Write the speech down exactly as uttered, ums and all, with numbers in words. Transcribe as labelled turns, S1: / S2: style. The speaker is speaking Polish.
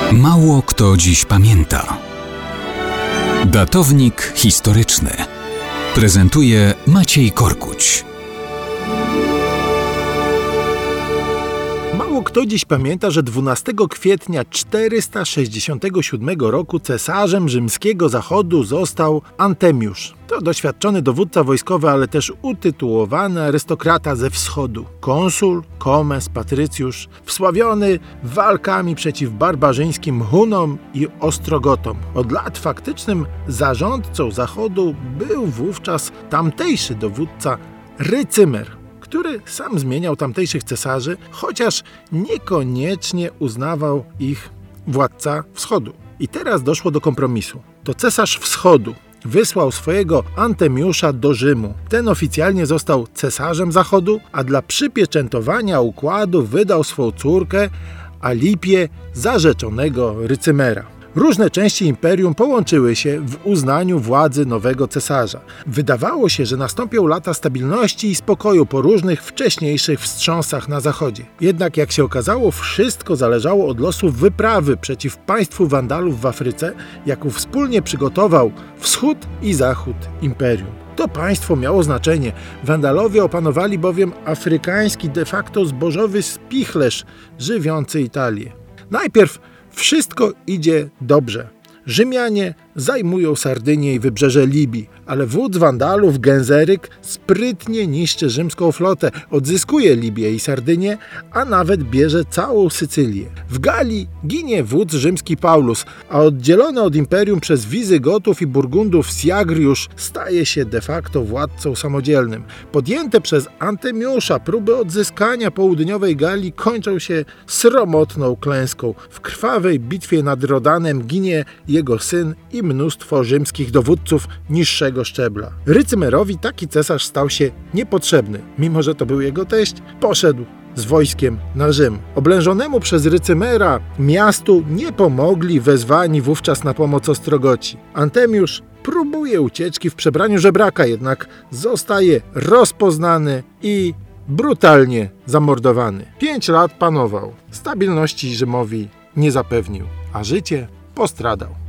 S1: Mało kto dziś pamięta. Datownik historyczny prezentuje Maciej Korkuć.
S2: Mało kto dziś pamięta, że dwunastego kwietnia czterysta sześćdziesiątego siódmego roku cesarzem rzymskiego zachodu został Antemiusz. To doświadczony dowódca wojskowy, ale też utytułowany arystokrata ze wschodu. Konsul, komes, patrycjusz, wsławiony walkami przeciw barbarzyńskim Hunom i Ostrogotom. Od lat faktycznym zarządcą zachodu był wówczas tamtejszy dowódca Rycymer, który sam zmieniał tamtejszych cesarzy, chociaż niekoniecznie uznawał ich władca wschodu. I teraz doszło do kompromisu. To cesarz wschodu wysłał swojego Antemiusza do Rzymu. Ten oficjalnie został cesarzem zachodu, a dla przypieczętowania układu wydał swą córkę Alipię za rzeczonego Rycymera. Różne części imperium połączyły się w uznaniu władzy nowego cesarza. Wydawało się, że nastąpią lata stabilności i spokoju po różnych wcześniejszych wstrząsach na zachodzie. Jednak jak się okazało, wszystko zależało od losu wyprawy przeciw państwu Wandalów w Afryce, jaką wspólnie przygotował wschód i zachód imperium. To państwo miało znaczenie. Wandalowie opanowali bowiem afrykański de facto zbożowy spichlerz żywiący Italię. Najpierw wszystko idzie dobrze. Rzymianie zajmują Sardynię i wybrzeże Libii, ale wódz Wandalów Genzeryk sprytnie niszczy rzymską flotę, odzyskuje Libię i Sardynię, a nawet bierze całą Sycylię. W Galii ginie wódz rzymski Paulus, a oddzielony od imperium przez Wizygotów i Burgundów Siagriusz staje się de facto władcą samodzielnym. Podjęte przez Antemiusza próby odzyskania południowej Galii kończą się sromotną klęską. W krwawej bitwie nad Rodanem ginie jego syn i mnóstwo rzymskich dowódców niższego szczebla. Rycymerowi taki cesarz stał się niepotrzebny. Mimo że to był jego teść, poszedł z wojskiem na Rzym. Oblężonemu przez Rycymera miastu nie pomogli wezwani wówczas na pomoc Ostrogoci. Antemiusz próbuje ucieczki w przebraniu żebraka, jednak zostaje rozpoznany i brutalnie zamordowany. Pięć lat panował. Stabilności Rzymowi nie zapewnił, a życie postradał.